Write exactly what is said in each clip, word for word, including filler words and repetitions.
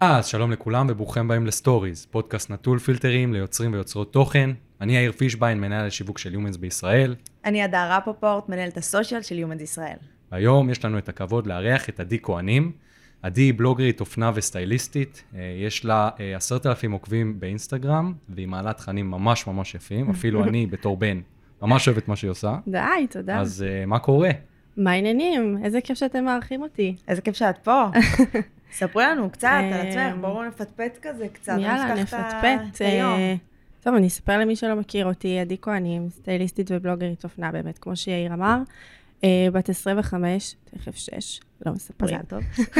אז שלום לכולם וברוכים באים לסטוריז, פודקאסט נטול פילטרים ליוצרים ויוצרות תוכן. אני יאיר פישביין, מנהל השיווק של יומנס בישראל. אני הדר רפפורט, מנהלת הסושיאל של יומנס ישראל. היום יש לנו את הכבוד לארח את עדי כהנים. עדי היא בלוגרית, אופנה וסטייליסטית. יש לה עשרת אלפים עוקבים באינסטגרם, והיא מעלה תכנים ממש ממש יפים. אפילו אני בתור בן ממש אוהבת מה שהיא עושה. די, תודה. אז מה קורה? מה העניינים? איזה כיף שאתם מארחים אותי. איזה כיף שאת פה. ספרי לנו קצת על עצמך, בואו נפטפט כזה קצת. יאללה, נפטפט. טוב, אני אספר למי שלא מכיר אותי, עדי כהנים, סטייליסטית ובלוגרית אופנה, באמת, כמו שיאיר אמר. בת עשרים וחמש, תכף שש, לא מספרים. מזל טוב.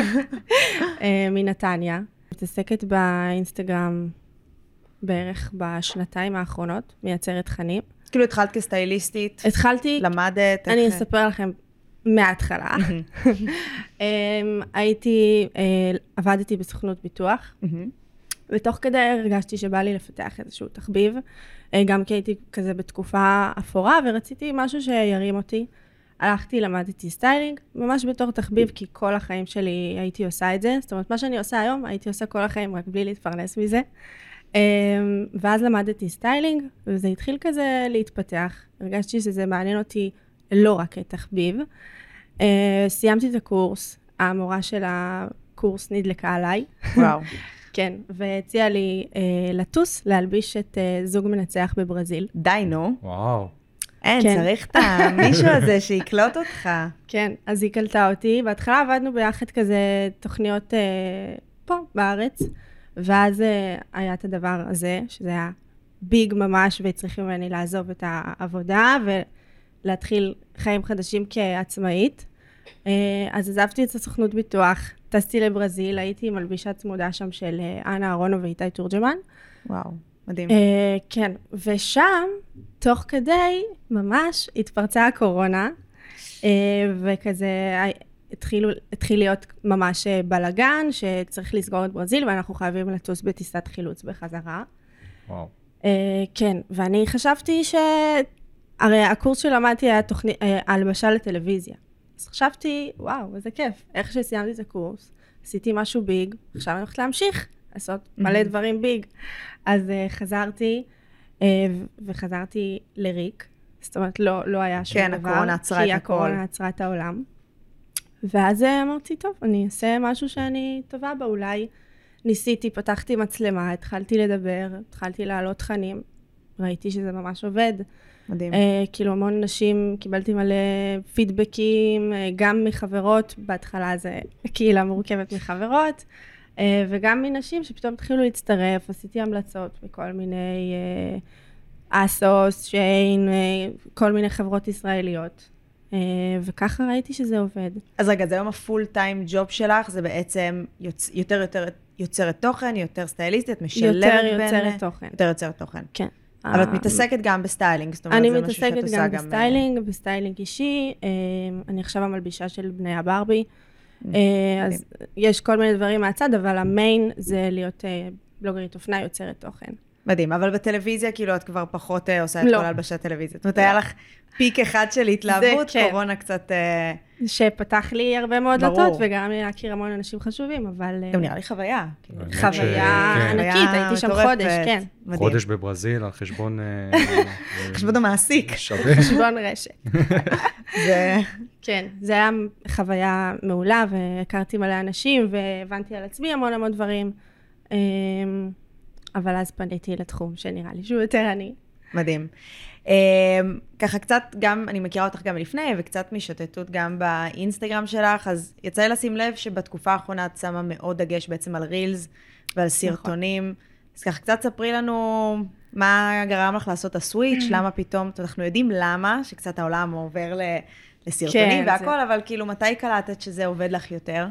מנתניה. מתעסקת באינסטגרם בערך בשנתיים האחרונות, מייצרת תכנים. כאילו התחלת כסטייליסטית? התחלתי. למדת? אני אספר לכם מההתחלה. הייתי, עבדתי בסוכנות ביטוח, ותוך כדי הרגשתי שבא לי לפתח איזשהו תחביב, גם כי הייתי כזה בתקופה אפורה, ורציתי משהו שירים אותי. הלכתי, למדתי סטיילינג, ממש בתור תחביב, כי כל החיים שלי הייתי עושה את זה. זאת אומרת, מה שאני עושה היום, הייתי עושה כל החיים, רק בלי להתפרנס מזה. ואז למדתי סטיילינג, וזה התחיל כזה להתפתח. הרגשתי שזה מעניין אותי לא רק כתחביב. סיימתי את הקורס, המורה של הקורס נדלקה עליי. וואו. כן, והציעה לי לטוס, להלביש את זוג מנצח בברזיל. די, נו. וואו. אין, כן. צריך את המישהו הזה שיקלוט אותך. כן, אז היא קלטה אותי. בהתחלה עבדנו ביחד כזה תוכניות אה, פה, בארץ, ואז אה, היה את הדבר הזה, שזה היה ביג ממש, והצריכים ממני לעזוב את העבודה, ולהתחיל חיים חדשים כעצמאית. אה, אז עזבתי את הסוכנות ביטוח, טסתי לברזיל, הייתי מלבישה צמודה שם של אה, אנה אהרונו ואיתי תורג'מן. וואו. מדהים. Uh, כן, ושם, תוך כדי, ממש התפרצה הקורונה, uh, וכזה התחילו, התחיל להיות ממש בלגן, שצריך לסגור את ברזיל, ואנחנו חייבים לטוס בטיסת חילוץ בחזרה. וואו. Uh, כן, ואני חשבתי ש... הרי הקורס שלמדתי היה תוכני... uh, הלבשה לטלוויזיה. אז חשבתי, וואו, איזה כיף. איך שסיימתי את הקורס, עשיתי משהו ביג, עכשיו אני הולכת להמשיך. לעשות מלא דברים ביג. אז uh, חזרתי, uh, וחזרתי לריק. זאת אומרת, לא, לא היה שום כן, דבר. כן, הקורונה עצרה את כי הכל. הקורונה עצרה את העולם. ואז uh, אמרתי, טוב, אני אעשה משהו שאני טובה בה. אולי ניסיתי, פתחתי מצלמה, התחלתי לדבר, התחלתי להעלות תכנים. ראיתי שזה ממש עובד. מדהים. Uh, כאילו המון נשים, קיבלתי מלא פידבקים, uh, גם מחברות, בהתחלה זה קהילה מורכבת מחברות. Uh, וגם מנשים שפתאום התחילו להצטרף, עשיתי המלצות בכל מיני uh, אסוס, שיין, uh, כל מיני חברות ישראליות. Uh, וככה ראיתי שזה עובד. אז רגע, זה היום הפול טיים ג'וב שלך, זה בעצם יוצ... יותר יותר יוצרת תוכן, יותר סטייליסטית, משלבת יותר בין... יותר יוצרת תוכן. יותר יוצרת תוכן. כן. אבל את מתעסקת גם בסטיילינג, זאת אומרת, אני זה משהו שאת מתעסקת עושה גם גם... בסטיילינג, בסטיילינג אישי. Uh, אני עכשיו המלבישה של בני הברבי. אז יש כל מיני דברים מהצד, אבל המיין זה להיות בלוגרית אופנה יוצרת תוכן. מדהים, אבל בטלוויזיה כאילו את כבר פחות עושה את לא. כל הלבשת טלוויזיה. זאת אומרת, היה לך פיק אחד של התלהבות, כן. קורונה קצת... שפתח לי הרבה מאוד ברור. דלתות, וגם לי להכיר המון אנשים חשובים, אבל... גם נראה לי חוויה. חוויה כן. ענקית, הייתי שם חודש, כן. מדהים. חודש בברזיל על חשבון... חשבון המעסיק. שווה. חשבון רשת. זה... כן, זה היה חוויה מעולה, והכרתי מלא אנשים, והבנתי על עצמי המון המון דברים. אבל אז פניתי לתחום שנראה לי שהוא יותר אני. מדהים. ככה קצת גם, אני מכירה אותך גם לפני, וקצת משוטטות גם באינסטגרם שלך, אז יצא לי לשים לב שבתקופה האחרונה את שמה מאוד דגש בעצם על רילס ועל סרטונים. אז ככה קצת ספרי לנו מה גרם לך לעשות הסוויץ', למה פתאום, אנחנו יודעים למה, שקצת העולם עובר לסרטונים והכל, אבל כאילו מתי קלטת שזה עובד לך יותר?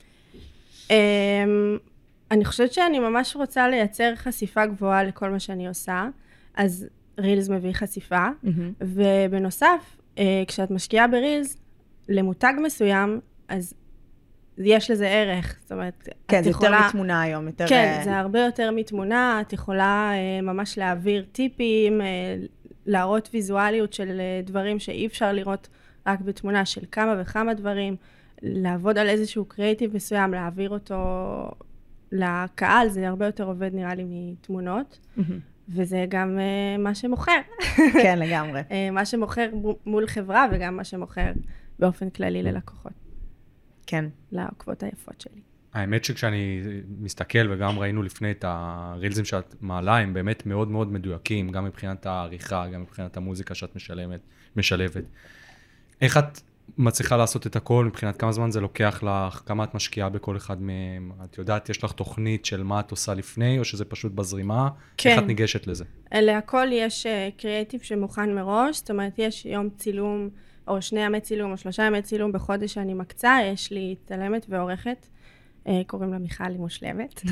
אני חושבת שאני ממש רוצה לייצר חשיפה גבוהה לכל מה שאני עושה, אז רילס מביא חשיפה, ובנוסף, כשאת משקיעה ברילס, למותג מסוים, אז יש לזה ערך, זאת אומרת, כן, זה יכולה... יותר מתמונה היום, יותר... כן, זה הרבה יותר מתמונה, את יכולה ממש להעביר טיפים, להראות ויזואליות של דברים שאי אפשר לראות רק בתמונה של כמה וכמה דברים, לעבוד על איזשהו קריאיטיב מסוים, להעביר אותו לקהל זה הרבה יותר עובד נראה לי מתמונות, וזה גם uh, מה שמוכר. כן, לגמרי. מה שמוכר מול חברה וגם מה שמוכר באופן כללי ללקוחות. כן. לעקבות היפות שלי. האמת שכשאני מסתכל, וגם ראינו לפני את הרילזים שאת מעלה, הם באמת מאוד מאוד מדויקים, גם מבחינת העריכה, גם מבחינת המוזיקה שאת משלמת, משלבת. איך את מצליחה לעשות את הכל, מבחינת כמה זמן זה לוקח לך, כמה את משקיעה בכל אחד מהם? את יודעת, יש לך תוכנית של מה את עושה לפני, או שזה פשוט בזרימה? כן. איך את ניגשת לזה? להכל יש קריאטיב שמוכן מראש, זאת אומרת, יש יום צילום, או שני ימי צילום, או שלושה ימי צילום בחודש שאני מקצה, יש לי צלמת ועורכת, קוראים לה מיכל, היא מושלמת,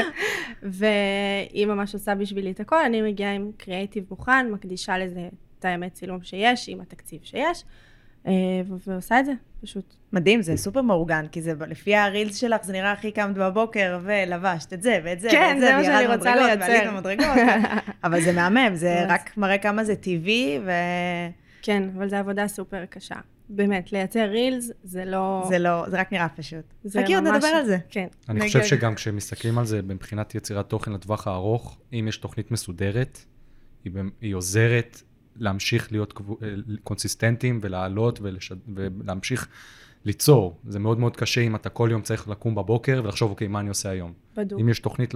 והיא ממש עושה בשבילי את הכל, אני מגיעה עם קריאטיב מוכן, מקדישה לזה את הימי צילום שיש, עם התקציב שיש, ועושה את זה, פשוט. מדהים, זה סופר מאורגן, כי זה לפי הרילס שלך, זה נראה הכי קמת בבוקר, ולבשת את זה, ואת זה, כן, ואת זה, זה מה שאני רוצה לייצר. ועלית במדרגות, אבל זה מהמם, זה רק מראה כמה זה טבעי, ו... כן, אבל זו עבודה סופר קשה. באמת, לייצר רילס, זה לא... זה לא, זה רק נראה פשוט. זה חכי, עוד ממש- נדבר על זה. כן. אני חושב שגם כשמסתכלים על זה, מבחינת יצירת תוכן לטווח הארוך, אם יש תוכנית מסודרת, היא, במ- היא עוזרת להמשיך להיות קבו- אה, קונסיסטנטים ולעלות ולש... ולהמשיך ליצור. זה מאוד מאוד קשה אם אתה כל יום צריך לקום בבוקר ולחשוב, אוקיי, מה אני עושה היום? בדוק. אם יש תוכנית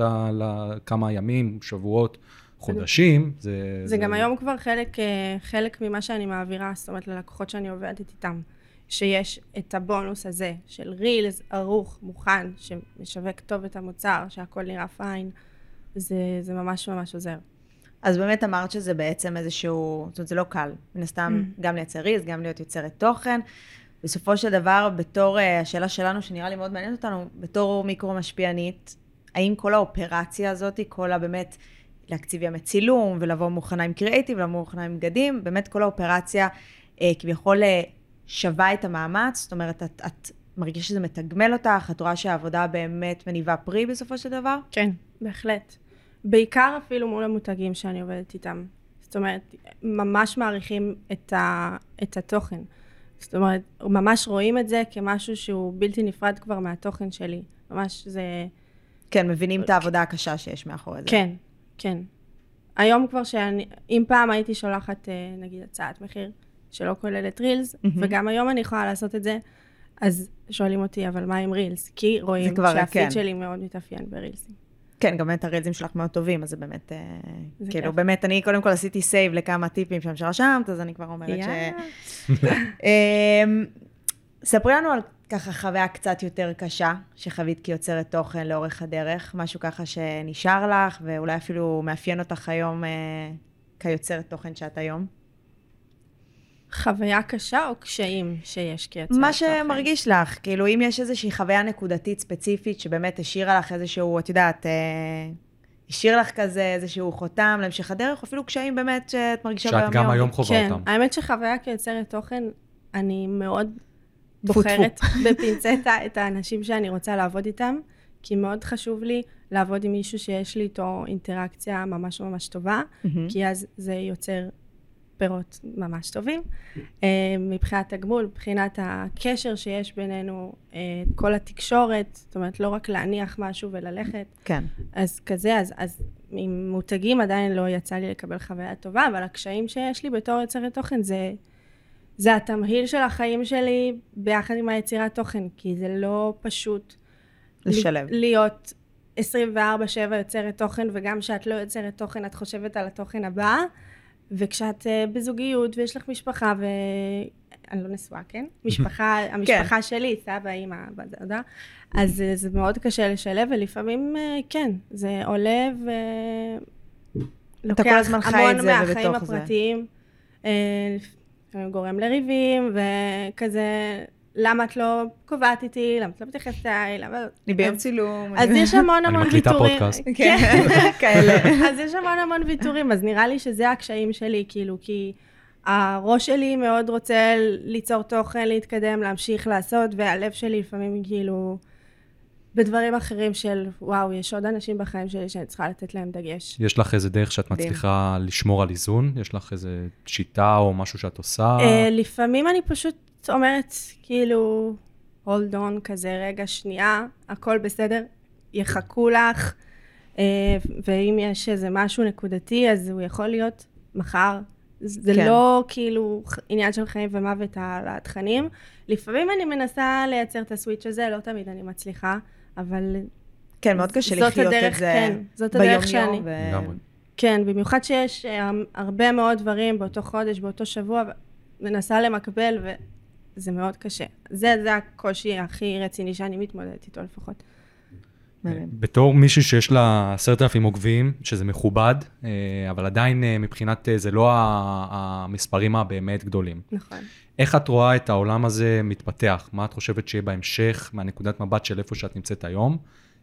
לכמה ימים, שבועות, חודשים, זה... זה גם היום כבר חלק, אה, חלק ממה שאני מעבירה, זאת אומרת, ללקוחות שאני עובדת איתם, שיש את הבונוס הזה של רילס, ערוך, מוכן, שמשווק טוב את המוצר, שהכל נראה פיין, זה, זה ממש ממש עוזר. אז באמת אמרת שזה בעצם איזשהו, זאת אומרת, זה לא קל. מן הסתם גם לייצר רילס, גם להיות יוצרת תוכן. בסופו של דבר, בתור, השאלה שלנו, שנראה לי מאוד מעניינת אותנו, בתור מיקרו משפיענית, האם כל האופרציה הזאת, כל הבאמת להקציב ימי צילום, ולבוא מוכנה עם קריאיטיב, ולבוא מוכנה עם בגדים, באמת כל האופרציה אה, כביכול אה, שווה את המאמץ, זאת אומרת, את, את מרגישה שזה מתגמל אותך, את רואה שהעבודה באמת מניבה פרי בסופו של דבר? כן, בהחלט. בעיקר אפילו מול המותגים שאני עובדת איתם. זאת אומרת, ממש מעריכים את, ה, את התוכן. זאת אומרת, ממש רואים את זה כמשהו שהוא בלתי נפרד כבר מהתוכן שלי. ממש זה... כן, מבינים את העבודה הקשה שיש מאחורי זה. כן, כן. היום כבר שאני, אם פעם הייתי שולחת, נגיד, הצעת מחיר שלא כוללת רילס, וגם היום אני יכולה לעשות את זה, אז שואלים אותי, אבל מה עם רילס? כי רואים שהפיד שלי מאוד מתאפיין ברילסים. כן, גם באמת הרילסים שלך מאוד טובים, אז זה באמת, כאילו, באמת, אני קודם כל עשיתי סייב לכמה טיפים שם שרשמת, אז אני כבר אומרת ש... ספרי לנו על ככה חוויה קצת יותר קשה, שחווית כיוצרת תוכן לאורך הדרך, משהו ככה שנשאר לך, ואולי אפילו מאפיין אותך היום כיוצרת תוכן שאת היום. חוויה קשה או קשיים שיש כיוצרת תוכן? מה שמרגיש לך, כאילו אם יש איזושהי חוויה נקודתית ספציפית, שבאמת השאירה לך איזשהו, את יודעת, השאיר לך כזה איזשהו חותם להמשך הדרך, או אפילו קשיים באמת שאת מרגישה ביום יום. שאת גם היום חווה אותם. כן, האמת שחוויה כיוצרת תוכן, אני מאוד בוחרת בפינצטה את האנשים שאני רוצה לעבוד איתם, כי מאוד חשוב לי לעבוד עם מישהו שיש לי איתו אינטראקציה ממש ממש טובה, כי אז זה יוצר פירות ממש טובים. מבחינת הגמול, מבחינת הקשר שיש בינינו, כל התקשורת, זאת אומרת, לא רק להניח משהו וללכת. כן. אז כזה, אז, אז עם מותגים עדיין לא יצא לי לקבל חוויה טובה, אבל הקשיים שיש לי בתור יוצרת תוכן זה... זה התמהיל של החיים שלי ביחד עם היצירת תוכן, כי זה לא פשוט לשלב. להיות עשרים וארבע שבע יוצרת תוכן, וגם כשאת לא יוצרת תוכן, את חושבת על התוכן הבא, וכשאת בזוגיות ויש לך משפחה, ואני לא נשואה, כן? משפחה, המשפחה שלי, סבא, אמא, בת דודה, אז זה מאוד קשה לשלב, ולפעמים כן, זה עולה ולוקח המון מהחיים הפרטיים. גורם לריבים, וכזה, למה את לא קובעת איתי, למה את לא מתייחסת אליי, למה... אני ביום צילום. אז יש המון המון ויתורים. אני מקליטה פודקאסט. כן, כאלה. אז יש המון המון ויתורים, אז נראה לי שזה הקשיים שלי, כאילו, כי הראש שלי מאוד רוצה ליצור תוכן, להתקדם, להמשיך לעשות, והלב שלי לפעמים כאילו... בדברים אחרים של, וואו, יש עוד אנשים בחיים שלי שאני צריכה לתת להם דגש. יש לך איזה דרך שאת מצליחה לשמור על איזון? יש לך איזה שיטה או משהו שאת עושה? לפעמים אני פשוט אומרת, כאילו, hold on, כזה רגע, שנייה, הכל בסדר, יחכו לך, ואם יש איזה משהו נקודתי, אז הוא יכול להיות מחר. זה כן. לא כאילו עניין של חיים ומוות על התכנים. לפעמים אני מנסה לייצר את הסוויץ' הזה, לא תמיד אני מצליחה, אבל... כן, מאוד קשה לחיות הדרך, את זה כן, זאת הדרך שאני... ו... כן, במיוחד שיש הרבה מאוד דברים באותו חודש, באותו שבוע, מנסה למקבל, וזה מאוד קשה. זה, זה הקושי הכי רציני שאני מתמודדת איתו לפחות. בתור מישהי שיש לה עשרת אלפים עוקבים, שזה מכובד, אבל עדיין מבחינת זה לא המספרים הבאמת גדולים. נכון. איך את רואה את העולם הזה מתפתח? מה את חושבת שיהיה בהמשך, מהנקודת מבט של איפה שאת נמצאת היום?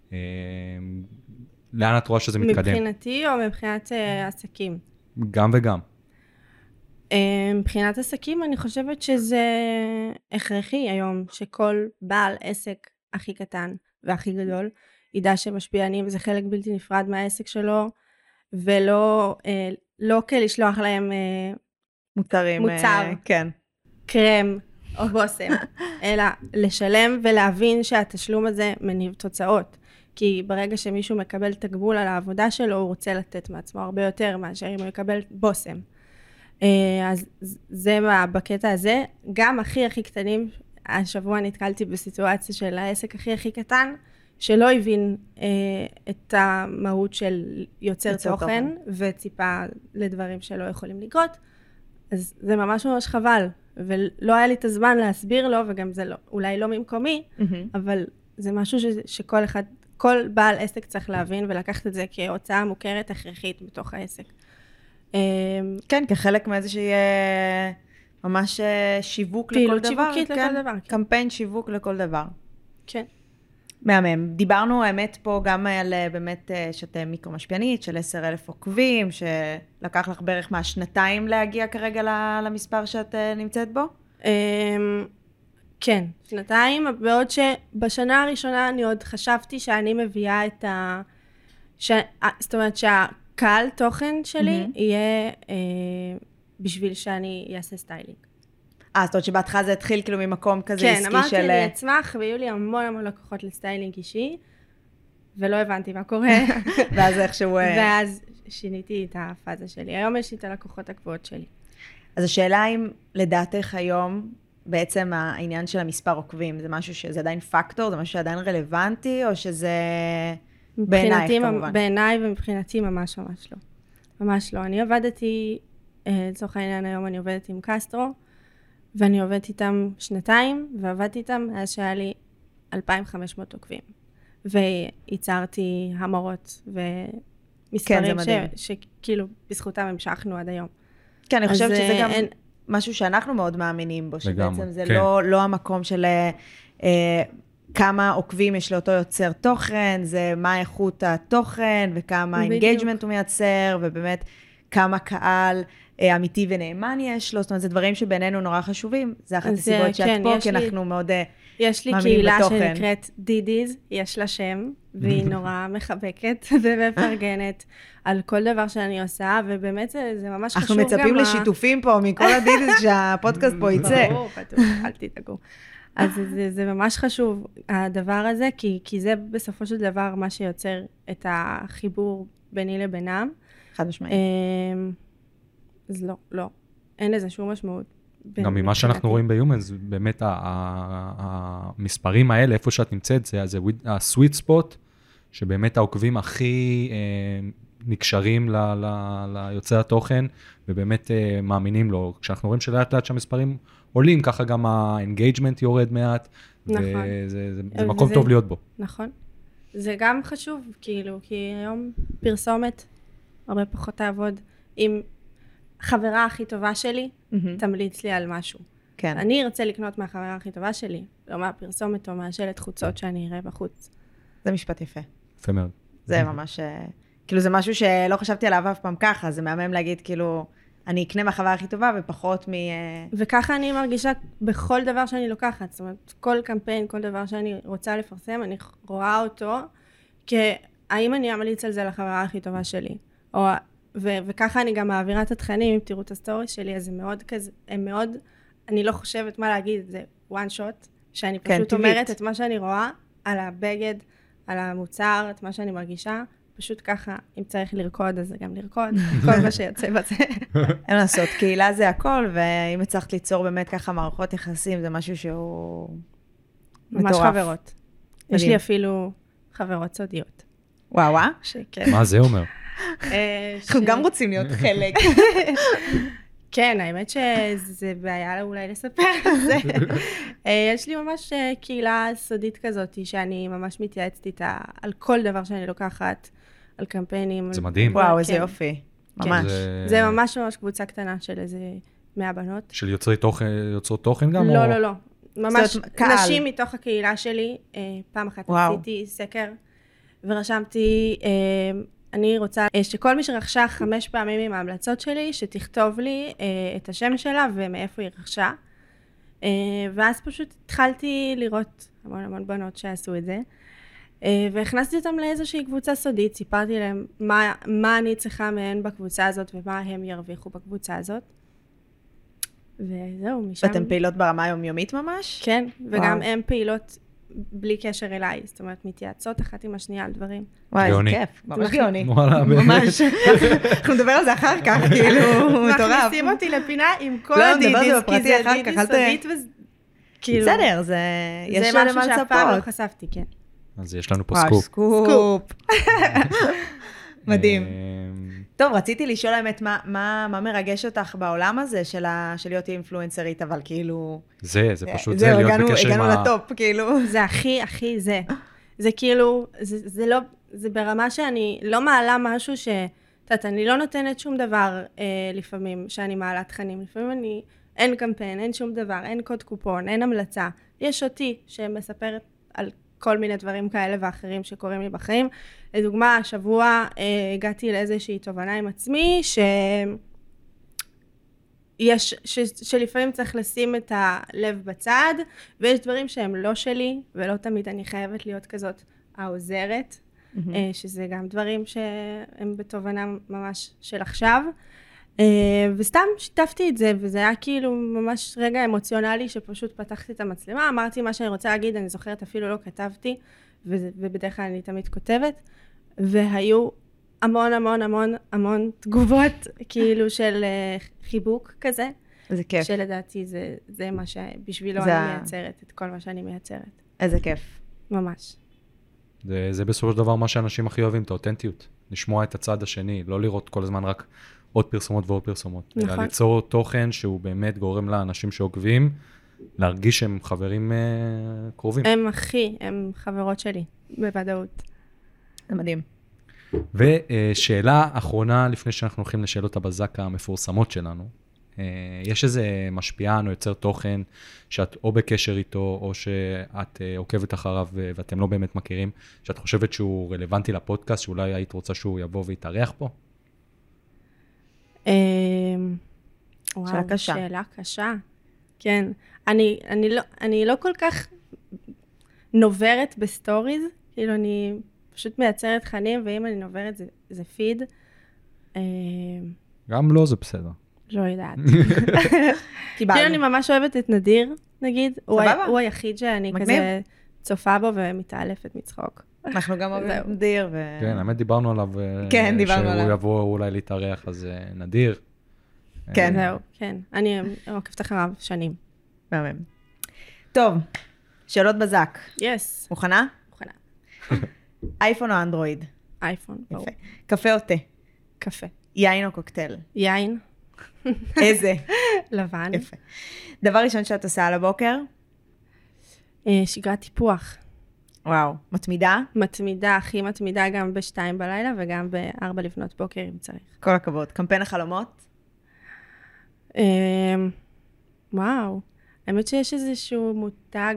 לאן את רואה שזה מתקדם? מבחינתי או מבחינת עסקים? גם וגם. מבחינת עסקים אני חושבת שזה הכרחי היום, שכל בעל עסק הכי קטן והכי גדול, ידע שמשפיענים זה חלק בלתי נפרד מהעסק שלו, ולא לא כלשלוח להם מוצרים, מוצר, כן. קרם או בוסם, אלא לשלם ולהבין שהתשלום הזה מניב תוצאות. כי ברגע שמישהו מקבל תגמול על העבודה שלו, הוא רוצה לתת מעצמו הרבה יותר מאשר אם הוא יקבל בוסם. אז זה בקטע הזה. גם הכי הכי קטנים, השבוע נתקלתי בסיטואציה של העסק הכי הכי קטן, שלא הבין אה, את המהות של יוצר תוכן, תוכן, וציפה לדברים שלא יכולים לקרות. אז זה ממש ממש חבל, ולא היה לי את הזמן להסביר לו, וגם זה לא, אולי לא ממקומי, mm-hmm. אבל זה משהו ש, שכל אחד, כל בעל עסק צריך להבין, ולקחת את זה כהוצאה מוכרת הכרחית בתוך העסק. כן, כחלק מאיזה שיהיה ממש שיווק לכל דבר. פעילות שיווקית לכל דבר. קמפיין שיווק לכל דבר. כן. מהמם. דיברנו האמת פה גם על באמת שאתם מיקרו-משפיענית של עשרת אלפים עוקבים, שלקח לך בערך מהשנתיים להגיע כרגע למספר שאת נמצאת בו? כן, שנתיים, בעוד שבשנה הראשונה אני עוד חשבתי שאני מביאה את ה... זאת אומרת שהקהל תוכן שלי יהיה בשביל שאני אעשה סטיילינג. אה, זאת אומרת שבהתחלה זה התחיל כאילו ממקום כזה כן, עסקי של... כן, אמרתי, אני אצמח, ויהיו לי המון המון לקוחות לסטיילינג אישי, ולא הבנתי מה קורה. ואז איכשהו... ואז שיניתי את הפאזה שלי. היום יש לי את הלקוחות הקבועות שלי. אז השאלה אם לדעתך היום, בעצם העניין של המספר עוקבים, זה משהו שזה עדיין פקטור, זה משהו שעדיין רלוונטי, או שזה בעינייך כמובן? בעיניי ומבחינתי ממש ממש לא. ממש לא. אני עבדתי, לצורך העניין היום אני עובדת עם קסטרו, ואני עובדת איתם שנתיים, ועבדתי איתם אז שהיה לי אלפיים וחמש מאות עוקבים. וייצרתי המרות ומספרים כן, שכאילו בזכותם המשכנו עד היום. כן, אני חושבת שזה גם אין... משהו שאנחנו מאוד מאמינים בו, שבעצם זה כן. לא, לא המקום של אה, כמה עוקבים יש לאותו יוצר תוכן, זה מה איכות התוכן, וכמה אינגייג'מנט הוא מייצר, ובאמת כמה קהל אמיתי ונאמן יש לו, זאת אומרת, זה דברים שבינינו נורא חשובים, זה אחת הסיבות שאת כן, פה, כי לי, אנחנו מאוד מאמינים בתוכן. יש לי קהילה שנקראת דידיז, יש לה שם, והיא נורא מחבקת ומפרגנת על כל דבר שאני עושה, ובאמת זה, זה ממש חשוב גם... אנחנו מצפים לשיתופים פה מכל הדידיז שהפודקאסט פה יצא. ברור, פתוח, אל תתאגו. אז זה, זה ממש חשוב, הדבר הזה, כי, כי זה בסופו של דבר מה שיוצר את החיבור ביני לבינם. חד משמעית. אז לא, לא. אין לזה שום משמעות. גם ממה שאנחנו רואים ביומנס, באמת המספרים האלה, איפה שאת נמצאת, זה הסוויט ספוט, שבאמת העוקבים הכי נקשרים ליוצר התוכן, ובאמת מאמינים לו. כשאנחנו רואים שלאט לאט שהמספרים עולים, ככה גם האנגייג'מנט יורד מעט, וזה מקום טוב להיות בו. נכון. זה גם חשוב, כאילו, כי היום פרסומת הרבה פחות תעבוד עם... חברה הכי טובה שלי, mm-hmm. תמליץ לי על משהו. כן. אני ארצה לקנות מהחברה הכי טובה שלי, לא מהפרסומת או מהשלט חוצות שאני אראה בחוץ. זה משפט יפה. יפה מאוד. זה ממש, כאילו זה משהו שלא חשבתי עליו אף פעם ככה, זה מהמם להגיד כאילו, אני אקנה מהחברה הכי טובה ופחות מ... וככה אני מרגישה בכל דבר שאני לוקחת, זאת אומרת, כל קמפיין, כל דבר שאני רוצה לפרסם, אני רואה אותו, כהאם אני אמליץ על זה לחברה הכי טובה שלי, או... ו- וככה אני גם מעבירה את התכנים, אם תראו את הסטורי שלי, אז זה מאוד כזה, הם מאוד, אני לא חושבת מה להגיד, זה one shot, שאני פשוט כן, אומרת את מה שאני רואה על הבגד, על המוצר, את מה שאני מרגישה, פשוט ככה, אם צריך לרקוד, אז זה גם לרקוד, כל מה שיוצא בזה. אין לעשות, קהילה זה הכל, ואם הצלחת ליצור באמת ככה מערכות יחסים, זה משהו שהוא ממש מטורף. חברות. יש לי אפילו חברות סודיות. וואו, וואו. שכן. מה זה אומר? אנחנו גם רוצים להיות חלק. כן, האמת שזה בעיה אולי לספר על זה. יש לי ממש קהילה סודית כזאת, שאני ממש מתייעצת איתה על כל דבר שאני לוקחת, על קמפיינים. זה מדהים. וואו, איזה יופי. ממש. זה ממש ממש קבוצה קטנה של איזה מאה בנות. של יוצרות תוכן גם? לא, לא, לא. ממש נשים מתוך הקהילה שלי. פעם אחת עשיתי סקר, ורשמתי... אני רוצה שכל מי שרכשה חמש פעמים עם ההמלצות שלי, שתכתוב לי את השם שלה ומאיפה היא רכשה. ואז פשוט התחלתי לראות המון המון בנות שעשו את זה. והכנסתי אותם לאיזושהי קבוצה סודית, סיפרתי להם מה, מה אני צריכה מהן בקבוצה הזאת ומה הם ירוויחו בקבוצה הזאת. וזהו, משם... ואתם פעילות ברמה היומיומית ממש? כן, וגם הן פעילות... בלי קשר אליי, זאת אומרת, מתייעצות אחת עם השנייה על דברים. וואי, זה כיף, ממש גאוני. ממש. אנחנו נדבר על זה אחר כך, כאילו, מטורף. מכניסים אותי לפינה עם כל הדידיס, כי זה דידיס סודית, וכאילו... בסדר, זה... יש זה משהו שאף פעם לא חשפתי, כן. אז יש לנו פה סקופ. סקופ. מדהים. טוב, רציתי לשאול האמת, מה מרגש אותך בעולם הזה של להיות אינפלואנסרית, אבל כאילו... זה, זה פשוט זה, להיות בקשר עם ה... הגענו לטופ, כאילו. זה הכי, הכי זה. זה כאילו, זה לא, זה ברמה שאני לא מעלה משהו ש... את יודעת, אני לא נותנת שום דבר לפעמים שאני מעלה תכנים. לפעמים אני... אין קמפיין, אין שום דבר, אין קוד קופון, אין המלצה. יש אותי שמספרת על... כל מיני דברים כאלה ואחרים שקורים לי בחיים. לדוגמה, השבוע אה, הגעתי לאיזושהי תובנה עם עצמי, ש... יש, ש... שלפעמים צריך לשים את הלב בצד, ויש דברים שהם לא שלי, ולא תמיד אני חייבת להיות כזאת העוזרת, mm-hmm. אה, שזה גם דברים שהם בתובנה ממש של עכשיו. וסתם שיתפתי את זה, וזה היה כאילו ממש רגע אמוציונלי שפשוט פתחתי את המצלמה, אמרתי מה שאני רוצה להגיד, אני זוכרת אפילו לא כתבתי, ובדרך כלל אני תמיד כותבת, והיו המון המון המון המון תגובות כאילו של חיבוק כזה. זה כיף. שלדעתי זה, זה מה שבשבילו אני מייצרת, את כל מה שאני מייצרת. איזה כיף. ממש. זה, זה בסופו של דבר מה שאנשים הכי אוהבים, את האותנטיות. לשמוע את הצד השני, לא לראות כל הזמן רק עוד פרסומות ועוד פרסומות. נכון. אלא ליצור תוכן שהוא באמת גורם לאנשים שעוקבים, להרגיש שהם חברים uh, קרובים. הם הכי, הם חברות שלי, בוודאות. זה מדהים. ושאלה אחרונה, לפני שאנחנו הולכים לשאלות הבזק המפורסמות שלנו, uh, יש איזה משפיען או יוצר תוכן, שאת או בקשר איתו, או שאת uh, עוקבת אחריו ואתם לא באמת מכירים, שאת חושבת שהוא רלוונטי לפודקאסט, שאולי היית רוצה שהוא יבוא ויתארח פה? שאלה קשה. שאלה קשה. כן. אני, אני לא, אני לא כל כך נוברת בסטוריז, כאילו אני פשוט מייצרת תכנים, ואם אני נוברת זה, זה פיד. גם לא זה בסדר. לא יודעת. כאילו אני ממש אוהבת את נדיר, נגיד. הוא, הוא היחיד שאני כזה צופה בו ומתעלפת מצחוק. אנחנו גם אוהבים נדיר. ו... כן, האמת דיברנו עליו. כן, דיברנו עליו. שהוא יבוא אולי להתארח, אז נדיר. כן, זהו, כן. אני עוקבת אחריו שנים. מהמם. טוב, שאלות בזק. יס. מוכנה? מוכנה. אייפון או אנדרואיד? אייפון, ברור. קפה או תה? קפה. יין או קוקטייל? יין. איזה? לבן. יפה. דבר ראשון שאת עושה על הבוקר? שגרת טיפוח. וואו, מתמידה? מתמידה, הכי מתמידה גם בשתיים בלילה וגם בארבע לפנות בוקר אם צריך. כל הכבוד. קמפיין החלומות? וואו, האמת שיש איזשהו מותג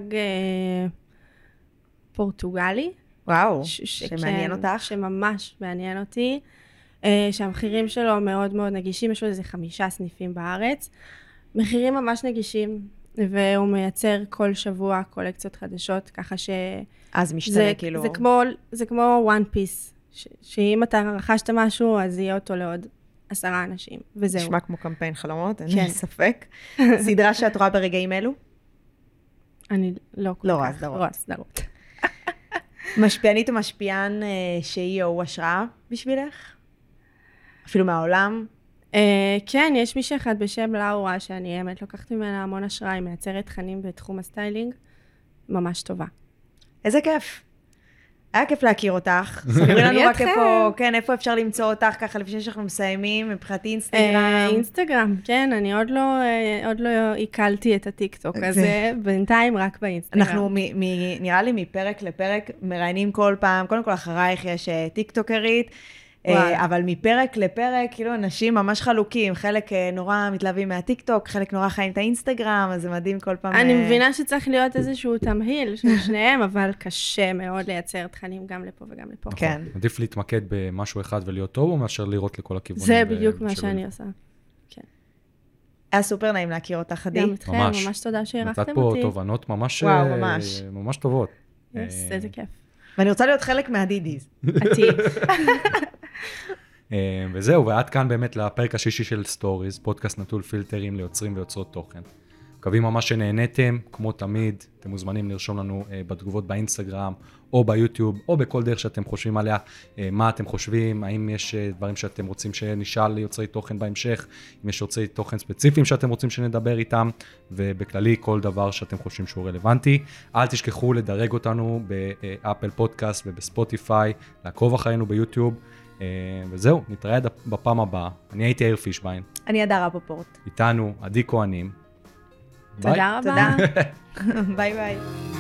פורטוגלי. וואו, שמעניין אותך? שממש מעניין אותי. שהמחירים שלו מאוד מאוד נגישים, יש לו איזה חמישה סניפים בארץ. מחירים ממש נגישים, והוא מייצר כל שבוע קולקציות חדשות, ככה ש... אז משתנה כאילו... זה כמו, זה כמו one piece, ש... שאם אתה רכשת משהו, אז יהיה אותו לעוד עשרה אנשים, וזהו. נשמע כמו קמפיין חלומות, אין לי ספק. סדרה שאת רואה ברגעים אלו? אני לא כל לא כך. רואה סדרות. רואה סדרות. משפיענית או משפיען שהיא או השראה בשבילך? אפילו מהעולם? כן, יש מישהי אחד בשם לאורה, שאני האמת לוקחת ממנה המון השראה, היא מייצרת תכנים בתחום הסטיילינג, ממש טובה. איזה כיף. היה כיף להכיר אותך. ספרי לנו רק איפה, כן, איפה אפשר למצוא אותך ככה לפני שאנחנו מסיימים, מבחינת אינסטגרם. אינסטגרם, כן, אני עוד לא, עוד לא עיכלתי את הטיקטוק, אז בינתיים רק באינסטגרם. אנחנו, נראה לי מפרק לפרק, מראיינים כל פעם, קודם כל אחרייך יש טיקטוקרית, אבל מפרק לפרק, כאילו, אנשים ממש חלוקים, חלק נורא מתלהבים מהטיקטוק, חלק נורא חיים את האינסטגרם, אז זה מדהים כל פעם. אני מבינה שצריך להיות איזשהו תמהיל של שניהם, אבל קשה מאוד לייצר תכנים גם לפה וגם לפה. כן. עדיף להתמקד במשהו אחד ולהיות טוב, או מאשר לראות לכל הכיוונים? זה בדיוק מה שאני עושה. כן. היה סופר נעים להכיר אותך, עדי. גם אתכם, ממש תודה שהערכתם אותי. נתת פה תובנות ממש, וואו, ממש. ממש טובות. איזה כיף. ואני רוצה להיות חלק מהדידיז. עתיד. וזהו, ועד כאן באמת לפרק השישי של סטוריז, פודקאסט נטול פילטרים ליוצרים ויוצרות תוכן. מקווים ממש שנהנתם, כמו תמיד, אתם מוזמנים לרשום לנו בתגובות באינסטגרם, או ביוטיוב, או בכל דרך שאתם חושבים עליה, מה אתם חושבים, האם יש דברים שאתם רוצים שנשאל ליוצרי תוכן בהמשך, אם יש יוצרי תוכן ספציפיים שאתם רוצים שנדבר איתם, ובכללי כל דבר שאתם חושבים שהוא רלוונטי. אל תשכחו לדרג אותנו באפל פודקאסט ובספוטיפיי, לעקוב אחרינו ביוטיוב, וזהו, נתראה בפעם הבאה. אני הייתי יאיר פישביין. אני הדר רפפורט. איתנו עדי כהנים. תודה רבה. ביי ביי.